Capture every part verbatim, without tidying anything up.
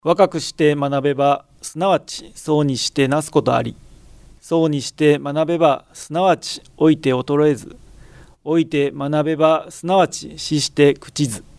若くして学べばすなわちそうにしてなすことあり、そうにして学べばすなわち老いて衰えず、老いて学べばすなわち死して朽ちず。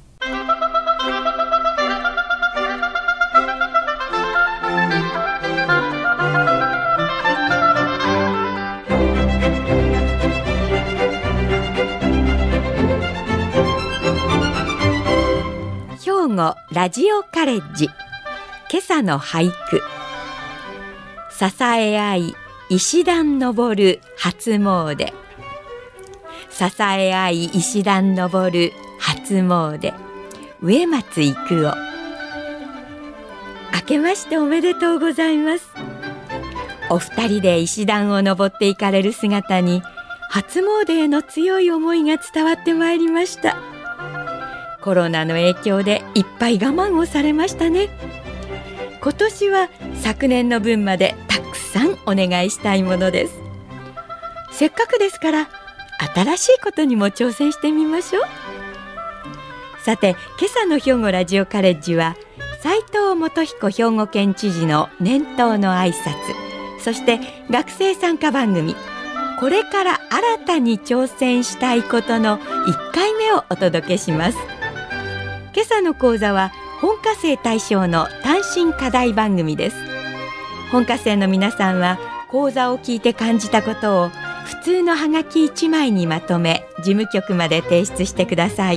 兵庫ラジオカレッジ、今朝の俳句。支え合い石段登る初詣、支え合い石段登る初詣、植松郁夫。明けましておめでとうございます。お二人で石段を登っていかれる姿に、初詣への強い思いが伝わってまいりました。コロナの影響でいっぱい我慢をされましたね。今年は昨年の分までたくさんお願いしたいものです。せっかくですから新しいことにも挑戦してみましょう。さて、今朝の兵庫ラジオカレッジは斉藤元彦兵庫県知事の年頭の挨拶、そして学生参加番組、これから新たに挑戦したいことのいっかいめをお届けします。今朝の講座は本科生対象の単身課題番組です。本科生の皆さんは講座を聞いて感じたことを普通のハガキいちまいにまとめ、事務局まで提出してください。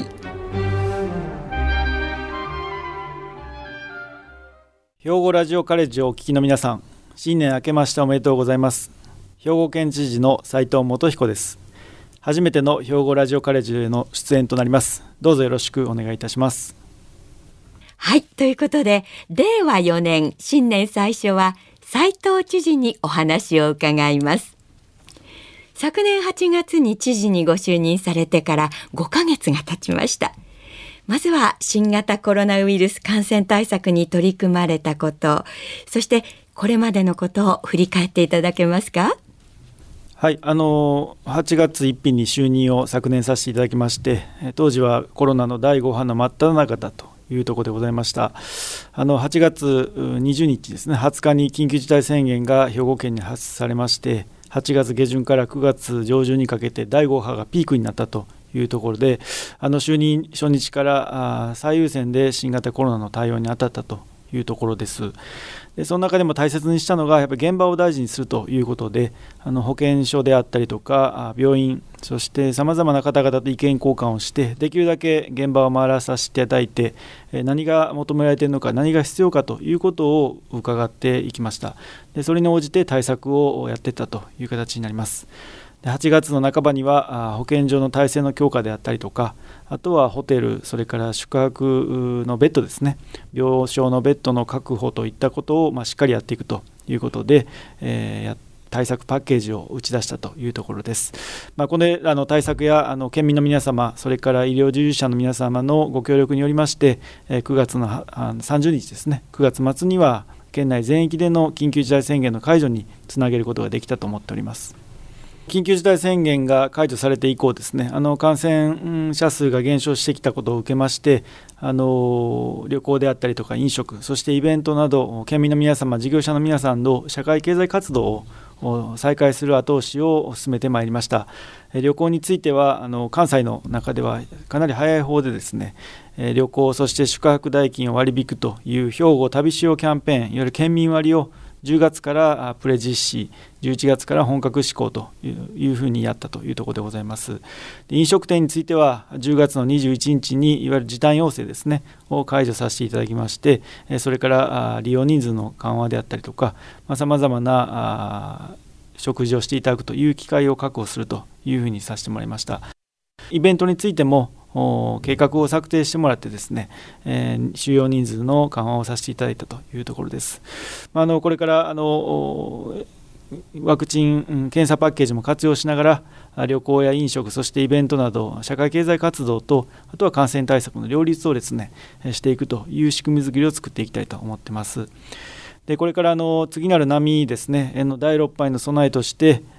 兵庫ラジオカレッジをお聞きの皆さん、新年明けましておめでとうございます。兵庫県知事の斉藤元彦です。初めての兵庫ラジオカレッジへの出演となります。どうぞよろしくお願いいたします。 はい、ということでれいわよねん新年最初は斉藤知事にお話を伺います。昨年はちがつに知事にご就任されてからごかげつが経ちました。まずは新型コロナウイルス感染対策に取り組まれたこと、そしてこれまでのことを振り返っていただけますか？ はい、あのはちがつついたちに就任を昨年させていただきまして、当時はコロナのだいご波の真っ只中だというところでございました。あのはちがつにじゅうにちですね、はつかに緊急事態宣言が兵庫県に発出されまして、はちがつげじゅんからくがつじょうじゅんにかけてだいご波がピークになったというところで、あの就任初日からあ最優先で新型コロナの対応に当たったというところです。でその中でも大切にしたのがやっぱり現場を大事にするということで、あの保健所であったりとか病院、そしてさまざまな方々と意見交換をして、できるだけ現場を回らさせていただいて、何が求められているのか、何が必要かということを伺っていきました。でそれに応じて対策をやっていったという形になります。はちがつの半ばには保健所の体制の強化であったりとか、あとはホテル、それから宿泊のベッドですね、病床のベッドの確保といったことをまあしっかりやっていくということで、えー、対策パッケージを打ち出したというところです。まあ、このあの対策やあの県民の皆様、それから医療従事者の皆様のご協力によりまして、くがつのさんじゅうにちですね、くがつ末には県内全域での緊急事態宣言の解除につなげることができたと思っております。緊急事態宣言が解除されて以降ですね、あの感染者数が減少してきたことを受けまして、あの旅行であったりとか飲食、そしてイベントなど県民の皆様、事業者の皆さんの社会経済活動を再開する後押しを進めてまいりました。旅行についてはあの関西の中ではかなり早い方でですね、旅行、そして宿泊代金を割り引くという兵庫旅しようキャンペーン、いわゆる県民割をじゅうがつからプレ実施、じゅういちがつから本格施行というふうにやったというところでございます。で飲食店についてはじゅうがつのにじゅういちにちにいわゆる時短要請ですねを解除させていただきまして、それから利用人数の緩和であったりとか、さまざまな食事をしていただくという機会を確保するというふうにさせてもらいました。イベントについても計画を策定してもらってですね、えー、収容人数の緩和をさせていただいたというところです。あのこれからあのワクチン検査パッケージも活用しながら、旅行や飲食、そしてイベントなど社会経済活動と、あとは感染対策の両立をですねしていくという仕組み作りを作っていきたいと思っています。でこれからあの次なる波ですねのだいろく波への備えとして、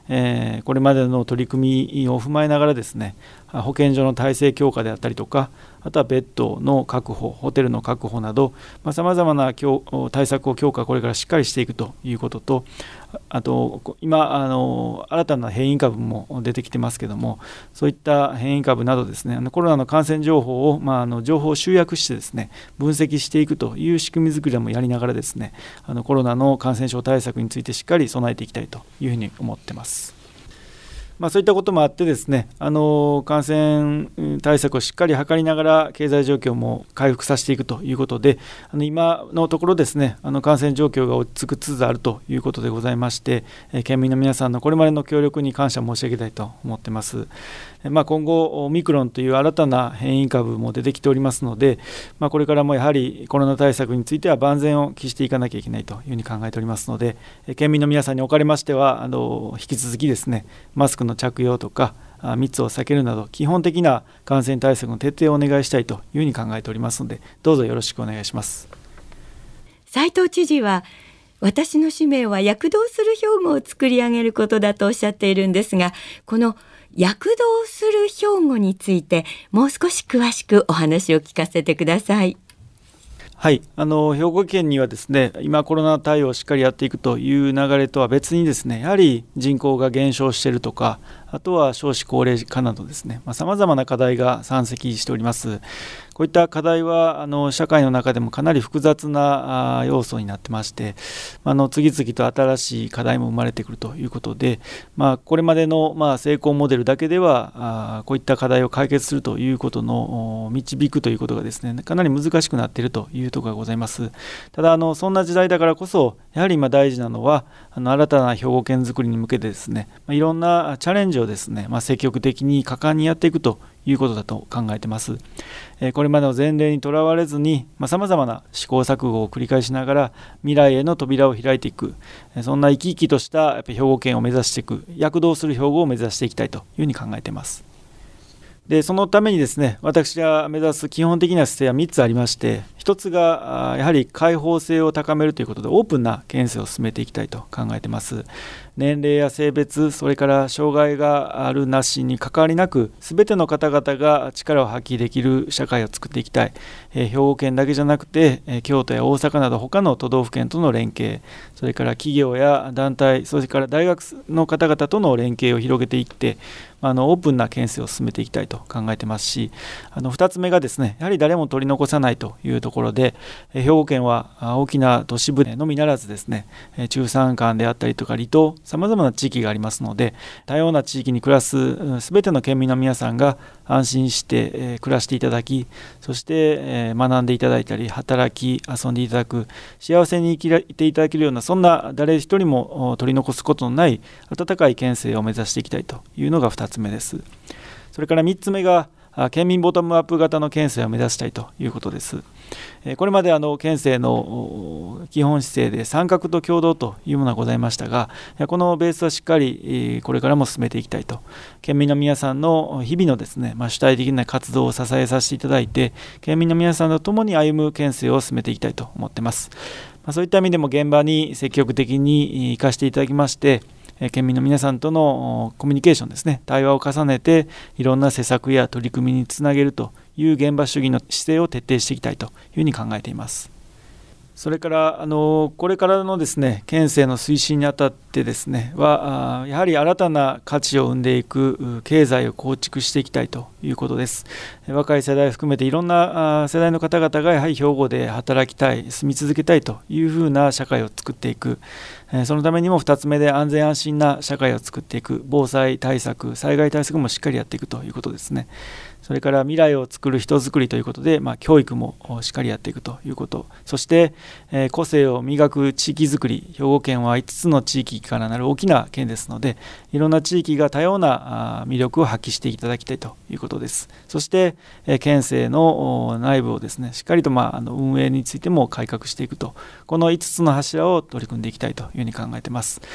えー、これまでの取り組みを踏まえながらですね、保健所の体制強化であったりとか、あとはベッドの確保、ホテルの確保などさまざ、まな対策を強化、これからしっかりしていくということと、あと今あの新たな変異株も出てきてますけども、そういった変異株などですね、コロナの感染情報を、まあ、あの情報を集約してですね、分析していくという仕組み作りもやりながらですね、あのコロナの感染症対策についてしっかり備えていきたいというふうに思ってます。まあ、そういったこともあってですね、あの感染対策をしっかり図りながら経済状況も回復させていくということで、あの今のところですね、あの感染状況が落ち着くつつあるということでございまして、えー、県民の皆さんのこれまでの協力に感謝申し上げたいと思ってます。まあ、今後オミクロンという新たな変異株も出てきておりますので、まあ、これからもやはりコロナ対策については万全を期していかなきゃいけないというふうに考えておりますので、県民の皆さんにおかれましてはあの引き続きですね、マスクの着用とか密を避けるなど基本的な感染対策の徹底をお願いしたいというふうに考えておりますので、どうぞよろしくお願いします。 斉藤知事は、私の使命は躍動する兵庫を作り上げることだとおっしゃっているんですが、この躍動する兵庫についてもう少し詳しくお話を聞かせてください。 はい、あの兵庫県にはですね、今コロナ対応をしっかりやっていくという流れとは別にですね、やはり人口が減少しているとか、あとは少子高齢化などですね、さまざ、まな課題が山積しております。こういった課題はあの社会の中でもかなり複雑な要素になってまして、あの次々と新しい課題も生まれてくるということで、まあ、これまでのまあ成功モデルだけではあこういった課題を解決するということの導くということがですね、かなり難しくなっているというところがございます。ただあのそんな時代だからこそ、やはり今大事なのはあの新たな兵庫県づくりに向けてですね、いろんなチャレンジをですね、まあ、積極的に果敢にやっていくということだと考えています。これまでの前例にとらわれずにさまざ、まな試行錯誤を繰り返しながら未来への扉を開いていく、そんな生き生きとしたやっぱ兵庫県を目指していく、躍動する兵庫を目指していきたいというふうに考えています。でそのためにですね、私が目指す基本的な姿勢はみっつありまして、ひとつがやはり開放性を高めるということでオープンな県政を進めていきたいと考えています。年齢や性別、それから障害があるなしに関わりなく、すべての方々が力を発揮できる社会を作っていきたい。えー、兵庫県だけじゃなくて、えー、京都や大阪など他の都道府県との連携、それから企業や団体、それから大学の方々との連携を広げていって、あのオープンな県政を進めていきたいと考えてますし、あのふたつめがですね、やはり誰も取り残さないというところで、えー、兵庫県は大きな都市部のみならずですね、中山間であったりとか離島、さまざまな地域がありますので、多様な地域に暮らすすべての県民の皆さんが安心して、えー、暮らしていただき、そして、えー、学んでいただいたり働き遊んでいただく、幸せに生きていただけるような、そんな誰一人も取り残すことのない温かい県政を目指していきたいというのがふたつめです。それからみっつめが県民ボトムアップ型の県政を目指したいということです。これまであの県政の基本姿勢で参画と協働というものがございましたが、このベースはしっかりこれからも進めていきたいと、県民の皆さんの日々のですね、まあ、主体的な活動を支えさせていただいて、県民の皆さんと共に歩む県政を進めていきたいと思っています。まあ、そういった意味でも現場に積極的に生かしていただきまして、県民の皆さんとのコミュニケーションですね、対話を重ねていろんな施策や取り組みにつなげるという現場主義の姿勢を徹底していきたいというふうに考えています。それからあのこれからのですね、県政の推進にあたってですねは、やはり新たな価値を生んでいく経済を構築していきたいということです。若い世代を含めていろんな世代の方々がやはり兵庫で働きたい、住み続けたいというふうな社会を作っていく、そのためにもふたつめで安全安心な社会を作っていく、防災対策、災害対策もしっかりやっていくということですね。それから未来を作る人づくりということで、まあ、教育もしっかりやっていくということ、そして、えー、個性を磨く地域づくり、兵庫県はいつつの地域からなる大きな県ですので、いろんな地域が多様な魅力を発揮していただきたいということです。そして、えー、県政の内部をですね、しっかりと、まあ、あの運営についても改革していくと、このいつつの柱を取り組んでいきたいというふうに考えています。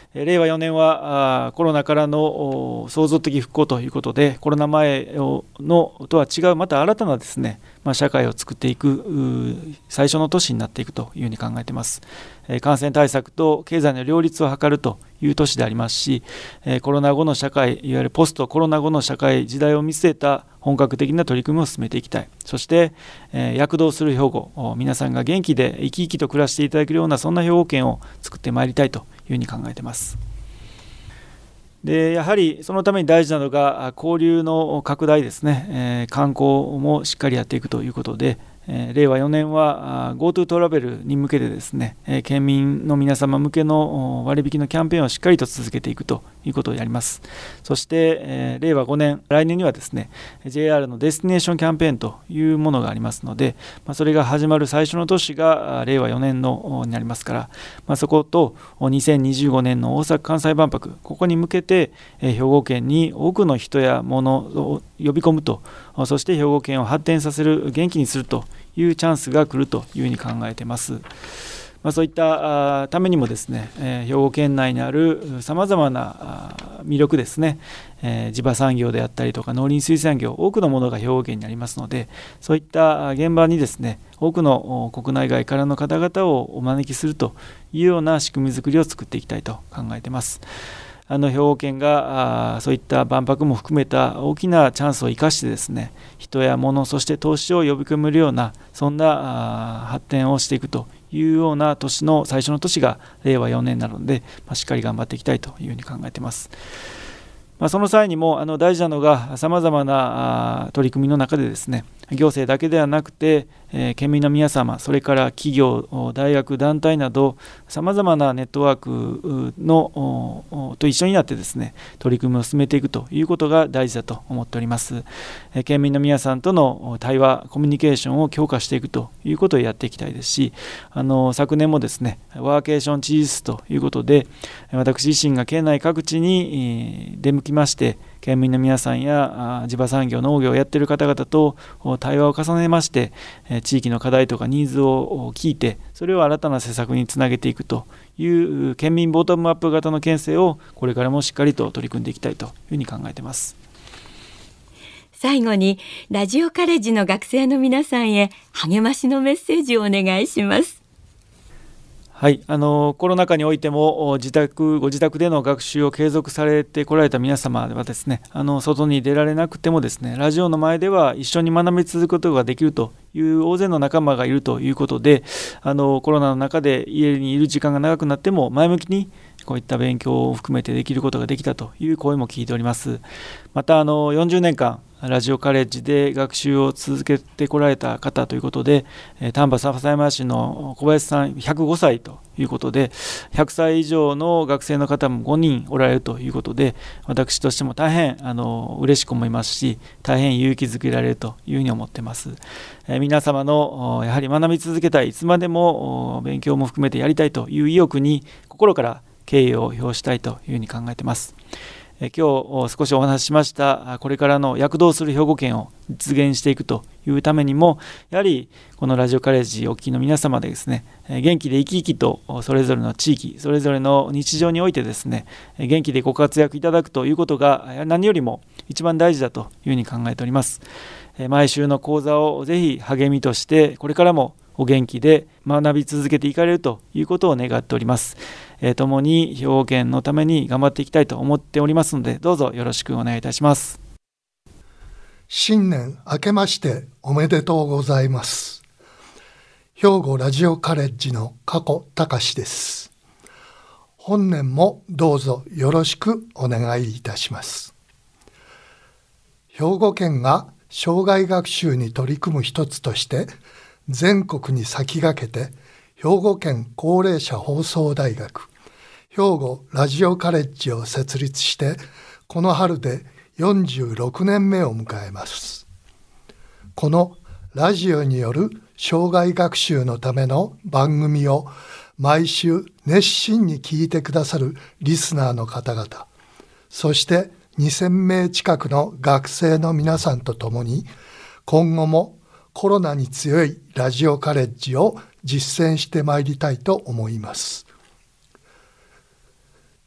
れいわよねんはコロナからの創造的復興ということで、コロナ前のとは違うまた新たなですね、まあ、社会を作っていく最初の年になっていくというふうに考えています。感染対策と経済の両立を図るという年でありますし、コロナ後の社会、いわゆるポストコロナ後の社会時代を見据えた本格的な取り組みを進めていきたい。そして躍動する兵庫、皆さんが元気で生き生きと暮らしていただけるようなそんな兵庫県を作ってまいりたいというふうに考えています。でやはりそのために大事なのが交流の拡大ですね、えー、観光もしっかりやっていくということで、えー、れいわよねんは GoTo トラベルに向けてですね、えー、県民の皆様向けの割引のキャンペーンをしっかりと続けていくということをやります。そして、えー、れいわごねん来年にはですね ジェイアール のデスティネーションキャンペーンというものがありますので、まあ、それが始まる最初の年がれいわよねんのになりますから、まあ、そことにせんにじゅうごねんの大阪・関西万博、ここに向けて、えー、兵庫県に多くの人や物を呼び込むと、そして兵庫県を発展させる、元気にするというチャンスが来るというふうに考えています。まあ、そういったためにもですね、えー、兵庫県内にあるさまざまな魅力ですね、えー、地場産業であったりとか農林水産業、多くのものが兵庫県にありますので、そういった現場にですね、多くの国内外からの方々をお招きするというような仕組み作りを作っていきたいと考えています。あの兵庫県がそういった万博も含めた大きなチャンスを生かしてですね、人や物、そして投資を呼び込めるようなそんな発展をしていくというような年の最初の年がれいわよねんなので、まあ、しっかり頑張っていきたいというふうに考えています。まあ、その際にもあの大事なのがさまざまな取り組みの中でですね、行政だけではなくて、えー、県民の皆様、それから企業、大学、団体などさまざまなネットワークのと一緒になってですね、取り組みを進めていくということが大事だと思っております。えー、県民の皆さんとの対話、コミュニケーションを強化していくということをやっていきたいですし、あの昨年もですね、ワーケーションチーズということで、私自身が県内各地に出向きまして、県民の皆さんや地場産業、農業をやっている方々と対話を重ねまして、地域の課題とかニーズを聞いて、それを新たな施策につなげていくという県民ボトムアップ型の県政をこれからもしっかりと取り組んでいきたいというふうに考えています。 最後にラジオカレッジの学生の皆さんへ励ましのメッセージをお願いします。 はい、あのコロナ禍においても自宅ご自宅での学習を継続されてこられた皆様はですね、あの外に出られなくてもですね、ラジオの前では一緒に学び続くことができるという大勢の仲間がいるということで、あのコロナの中で家にいる時間が長くなっても前向きにこういった勉強を含めてできることができたという声も聞いております。またあのよんじゅうねんかんラジオカレッジで学習を続けてこられた方ということで、丹波篠山市の小林さんひゃくごさいということで、ひゃくさい以上の学生の方もごにんおられるということで、私としても大変あの嬉しく思いますし、大変勇気づけられるというふうに思っています。え皆様のやはり学び続けたい、いつまでも勉強も含めてやりたいという意欲に心から敬意を表したいというふうに考えています。今日少しお話ししましたこれからの躍動する兵庫県を実現していくというためにも、やはりこのラジオカレッジお聞きの皆様でですね、元気で生き生きとそれぞれの地域、それぞれの日常においてですね、元気でご活躍いただくということが何よりも一番大事だというふうに考えております。毎週の講座をぜひ励みとしてこれからもお元気で学び続けていかれるということを願っております。えー、共に兵庫県のために頑張っていきたいと思っておりますので、どうぞよろしくお願いいたします。 新年明けましておめでとうございます。兵庫ラジオカレッジの加古隆です。本年もどうぞよろしくお願いいたします。兵庫県が生涯学習に取り組む一つとして全国に先駆けて兵庫県高齢者放送大学兵庫ラジオカレッジを設立してこの春でよんじゅうろくねんめを迎えます。このラジオによる生涯学習のための番組を毎週熱心に聞いてくださるリスナーの方々、そしてにせんめい近くの学生の皆さんと共に今後もコロナに強いラジオカレッジを実践してまいりたいと思います。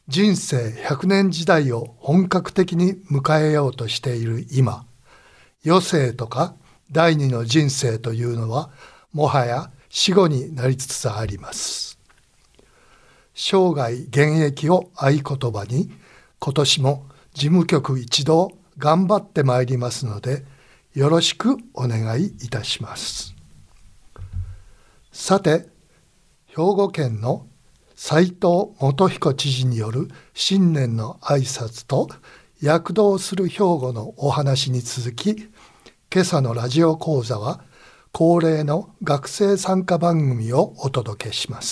人生ひゃくねん時代を本格的に迎えようとしている今、余生とか第二の人生というのはもはや死後になりつつあります。生涯現役を合言葉に、今年も事務局一同頑張ってまいりますので、よろしくお願いいたします。さて、兵庫県の斉藤元彦知事による新年の挨拶と躍動する兵庫のお話に続き、今朝のラジオ講座は恒例の学生参加番組をお届けします。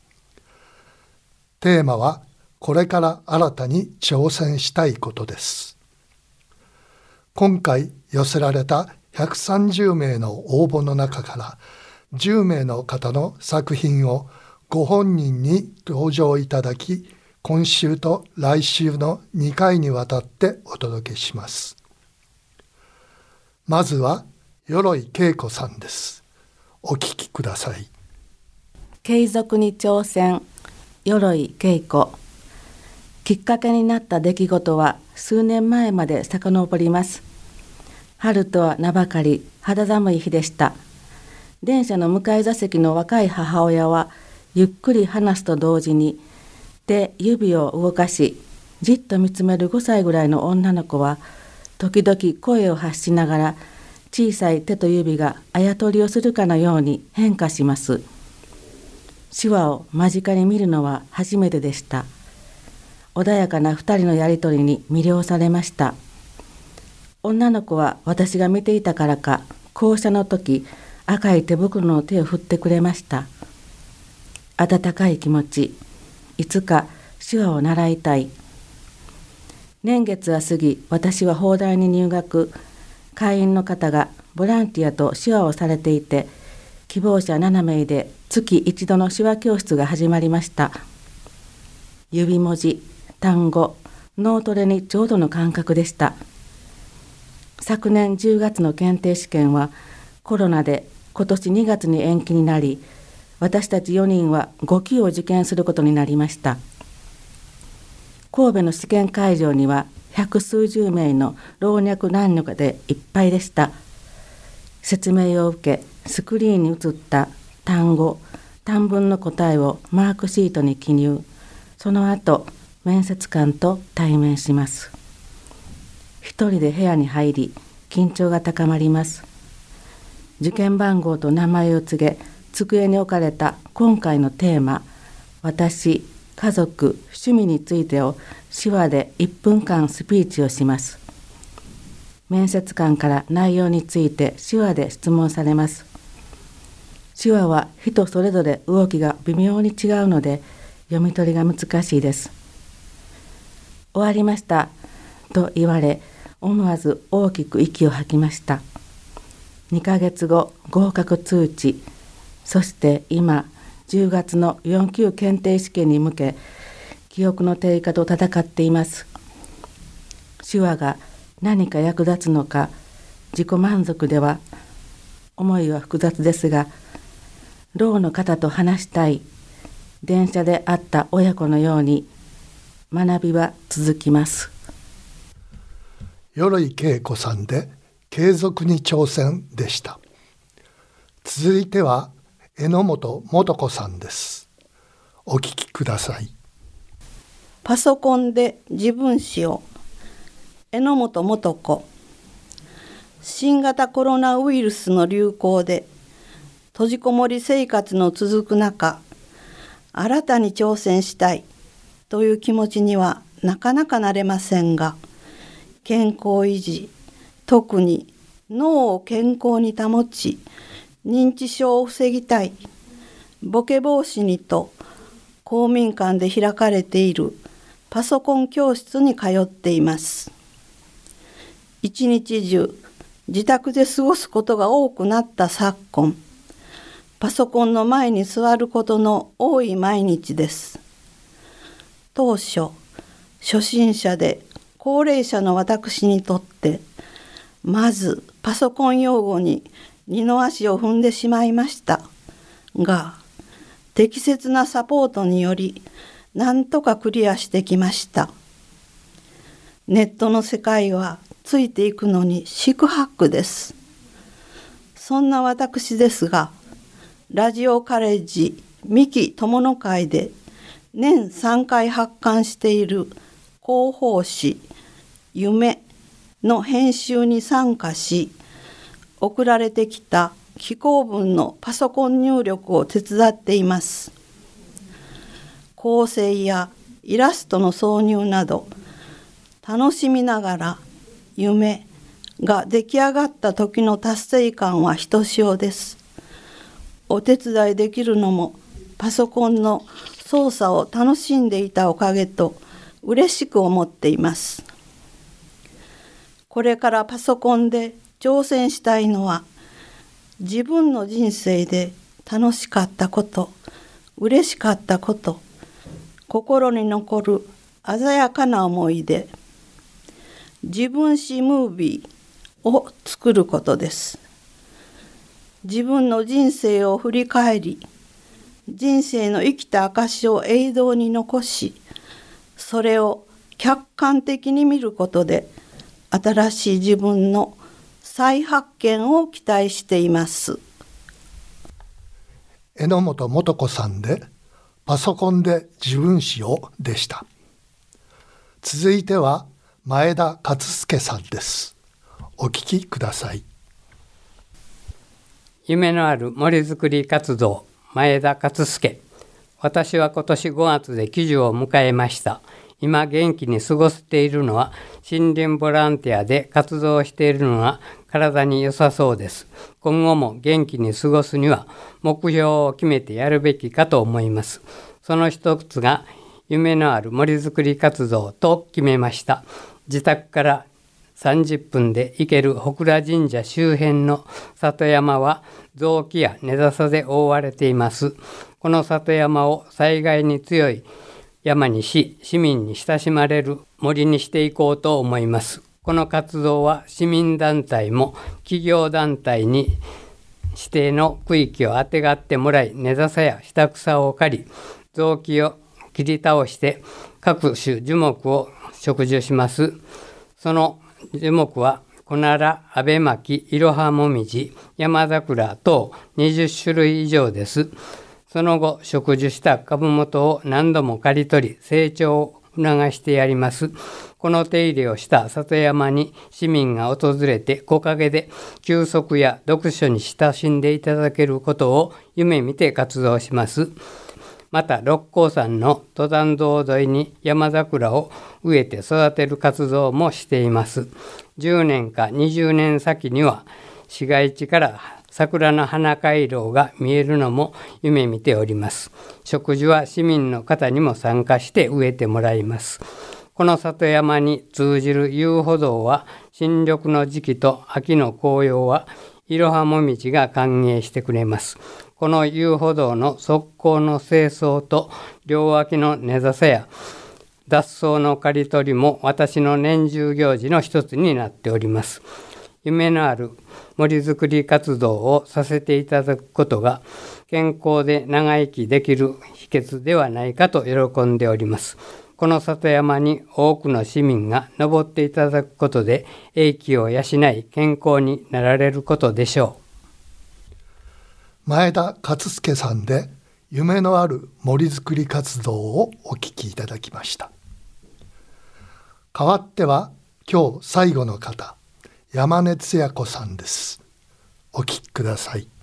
テーマは、これから新たに挑戦したいことです。今回寄せられたひゃくさんじゅうめいの応募の中からじゅうめいの方の作品をご本人に登場いただき、今週と来週のにかいにわたってお届けします。まずは鎧恵子さんです。お聞きください。 継続に挑戦、鎧恵子。きっかけになった出来事は数年前まで遡ります。春とは名ばかり肌寒い日でした。電車の向かい座席の若い母親はゆっくり話すと同時に手指を動かし、じっと見つめるごさいぐらいの女の子は時々声を発しながら、小さい手と指があやとりをするかのように変化します。手話を間近に見るのは初めてでした。穏やかな二人のやりとりに魅了されました。女の子は私が見ていたからか、降車の時、赤い手袋の手を振ってくれました。温かい気持ち、いつか手話を習いたい。年月は過ぎ、私は法大に入学。会員の方がボランティアと手話をされていて、希望者ななめいで月一度の手話教室が始まりました。指文字、単語、脳トレにちょうどの感覚でした。昨年じゅうがつの検定試験はコロナで今年にがつに延期になり、私たちよにんはごきを受験することになりました。神戸の試験会場には百数十名の老若男女でいっぱいでした。説明を受け、スクリーンに映った単語、短文の答えをマークシートに記入。その後、面接官と対面します。一人で部屋に入り、緊張が高まります。受験番号と名前を告げ、机に置かれた今回のテーマ、私、家族、趣味についてを手話でいっぷんかんスピーチをします。面接官から内容について手話で質問されます。手話は人それぞれ動きが微妙に違うので読み取りが難しいです。終わりましたと言われ、思わず大きく息を吐きました。にかげつご合格通知、そして今じゅうがつのよん級検定試験に向け、記憶の低下と戦っています。手話が何か役立つのか、自己満足では、思いは複雑ですが、ろうの方と話したい、電車で会った親子のように、学びは続きます。 鎧恵子さんで継続に挑戦でした。続いては榎本素子さんです。お聞きください。 パソコンで自分史を。榎本素子。新型コロナウイルスの流行で閉じこもり生活の続く中、新たに挑戦したいという気持ちにはなかなかなれませんが、健康維持、特に脳を健康に保ち、認知症を防ぎたい、ボケ防止にと公民館で開かれているパソコン教室に通っています。一日中自宅で過ごすことが多くなった昨今、パソコンの前に座ることの多い毎日です。当初、初心者で高齢者の私にとって、まずパソコン用語に二の足を踏んでしまいましたが、適切なサポートによりなんとかクリアしてきました。ネットの世界はついていくのに四苦八苦です。そんな私ですが、ラジオカレッジ三木友の会で年さんかい発刊している広報誌夢の編集に参加し、送られてきた寄稿文のパソコン入力を手伝っています。構成やイラストの挿入など楽しみながら夢が出来上がった時の達成感はひとしおです。お手伝いできるのもパソコンの操作を楽しんでいたおかげと嬉しく思っています。これからパソコンで挑戦したいのは、自分の人生で楽しかったこと、嬉しかったこと、心に残る鮮やかな思い出、自分史ムービーを作ることです。自分の人生を振り返り、人生の生きた証を映像に残し、それを客観的に見ることで、新しい自分の再発見を期待しています。 榎本素子さんでパソコンで自分史をでした。続いては前田勝介さんです。お聞きください。 夢のある森づくり活動、前田勝介。私は今年ごがつできじゅうを迎えました。今元気に過ごしているのは森林ボランティアで活動しているのが体に良さそうです。今後も元気に過ごすには目標を決めてやるべきかと思います。その一つが夢のある森づくり活動と決めました。自宅からさんじゅっぷんで行ける小倉神社周辺の里山は雑木や根笹で覆われています。この里山を災害に強い山にし、市民に親しまれる森にしていこうと思います。この活動は市民団体も企業団体に指定の区域をあてがってもらい、根笹や下草を刈り、雑木を切り倒して各種樹木を植樹します。その樹木はコナラ、アベマキ、イロハモミジ、ヤマザクラ等にじゅっしゅるい以上です。その後、植樹した株元を何度も刈り取り、成長を促してやります。この手入れをした里山に市民が訪れて木陰で休息や読書に親しんでいただけることを夢見て活動します。また六甲山の登山道沿いに山桜を植えて育てる活動もしています。じゅうねんかにじゅうねん先には市街地から桜の花回廊が見えるのも夢見ております。植樹は市民の方にも参加して植えてもらいます。この里山に通じる遊歩道は新緑の時期と秋の紅葉はイロハモミジが歓迎してくれます。この遊歩道の側溝の清掃と両脇の根笹や雑草の刈り取りも私の年中行事の一つになっております。夢のある森づくり活動をさせていただくことが健康で長生きできる秘訣ではないかと喜んでおります。この里山に多くの市民が登っていただくことで英気を養い健康になられることでしょう。前田勝介さんで夢のある森づくり活動をお聞きいただきました。代わっては今日最後の方、山根つや子さんです。お聞きください。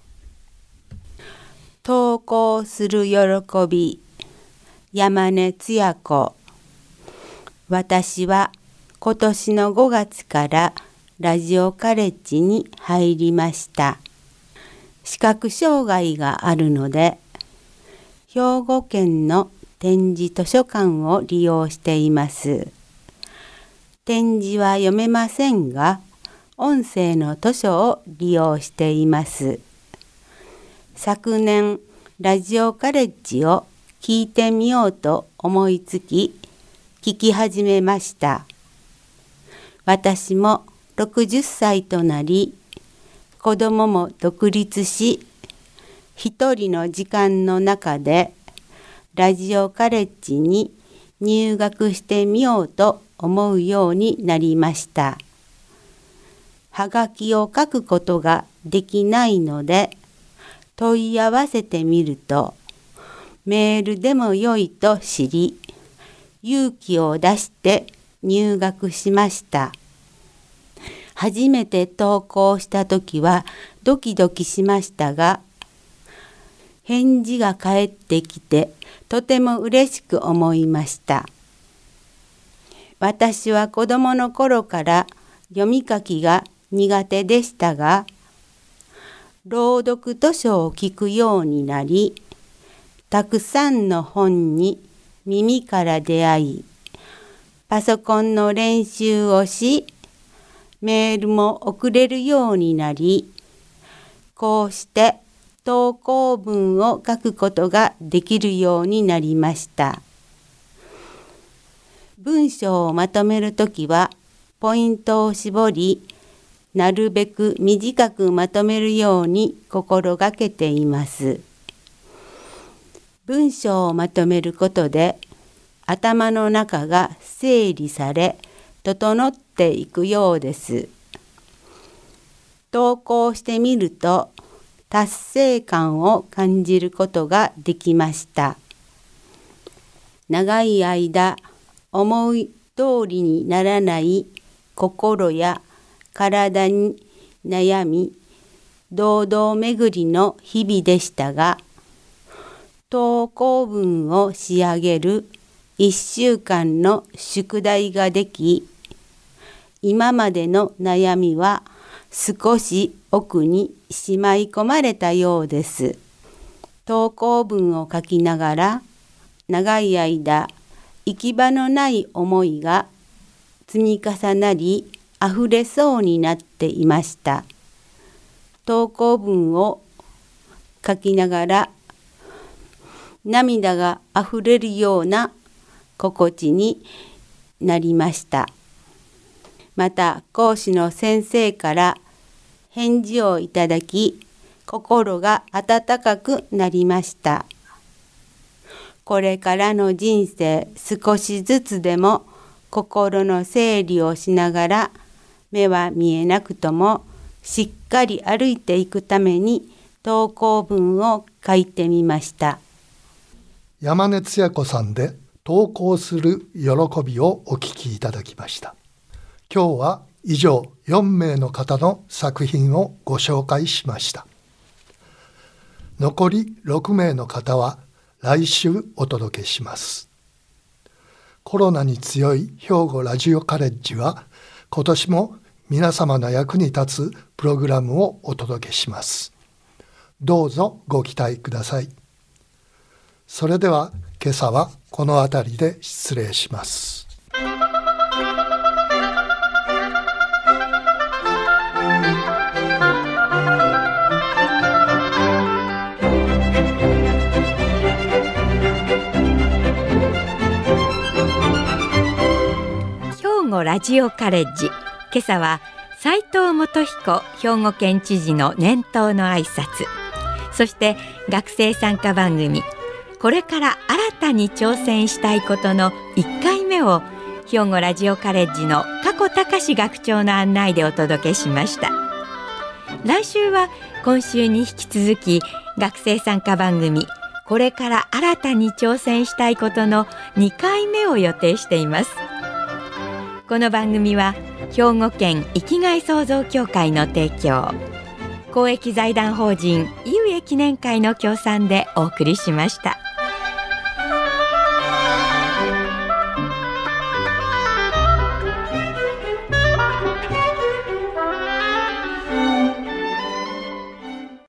投稿する喜び、山根つや子。私は今年のごがつからラジオカレッジに入りました。視覚障害があるので、兵庫県の点字図書館を利用しています。点字は読めませんが、音声の図書を利用しています。昨年、ラジオカレッジを聞いてみようと思いつき、聞き始めました。私もろくじゅっさいとなり、子供も独立し、一人の時間の中でラジオカレッジに入学してみようと思うようになりました。はがきを書くことができないので、問い合わせてみると、メールでも良いと知り、勇気を出して入学しました。初めて投稿したときはドキドキしましたが、返事が返ってきてとても嬉しく思いました。私は子供の頃から読み書きが苦手でしたが、朗読図書を聞くようになり、たくさんの本に耳から出会い、パソコンの練習をし、メールも送れるようになり、こうして投稿文を書くことができるようになりました。文章をまとめるときは、ポイントを絞り、なるべく短くまとめるように心がけています。文章をまとめることで、頭の中が整理され、整っていくようです。投稿してみると、達成感を感じることができました。長い間、思い通りにならない心や体に悩み、堂々巡りの日々でしたが、投稿文を仕上げるいっしゅうかんの宿題ができ、今までの悩みは少し奥にしまい込まれたようです。投稿文を書きながら、長い間、行き場のない思いが積み重なり、溢れそうになっていました。投稿文を書きながら、涙が溢れるような心地になりました。また講師の先生から返事をいただき、心が温かくなりました。これからの人生、少しずつでも心の整理をしながら、目は見えなくともしっかり歩いていくために投稿文を書いてみました。 山根つや子さんで投稿する喜びをお聞きいただきました。今日は以上よんめいの方の作品をご紹介しました。残りろくめいの方は来週お届けします。コロナに強い兵庫ラジオカレッジは今年も皆様の役に立つプログラムをお届けします。どうぞご期待ください。それでは今朝はこの辺りで失礼します。 兵庫ラジオカレッジ、今朝は斉藤元彦兵庫県知事の年頭の挨拶、そして学生参加番組これから新たに挑戦したいことのいっかいめを兵庫ラジオカレッジの加古隆学長の案内でお届けしました。来週は今週に引き続き学生参加番組これから新たに挑戦したいことのにかいめを予定しています。この番組は兵庫県生きがい創造協会の提供、公益財団法人井上記念会の協賛でお送りしました。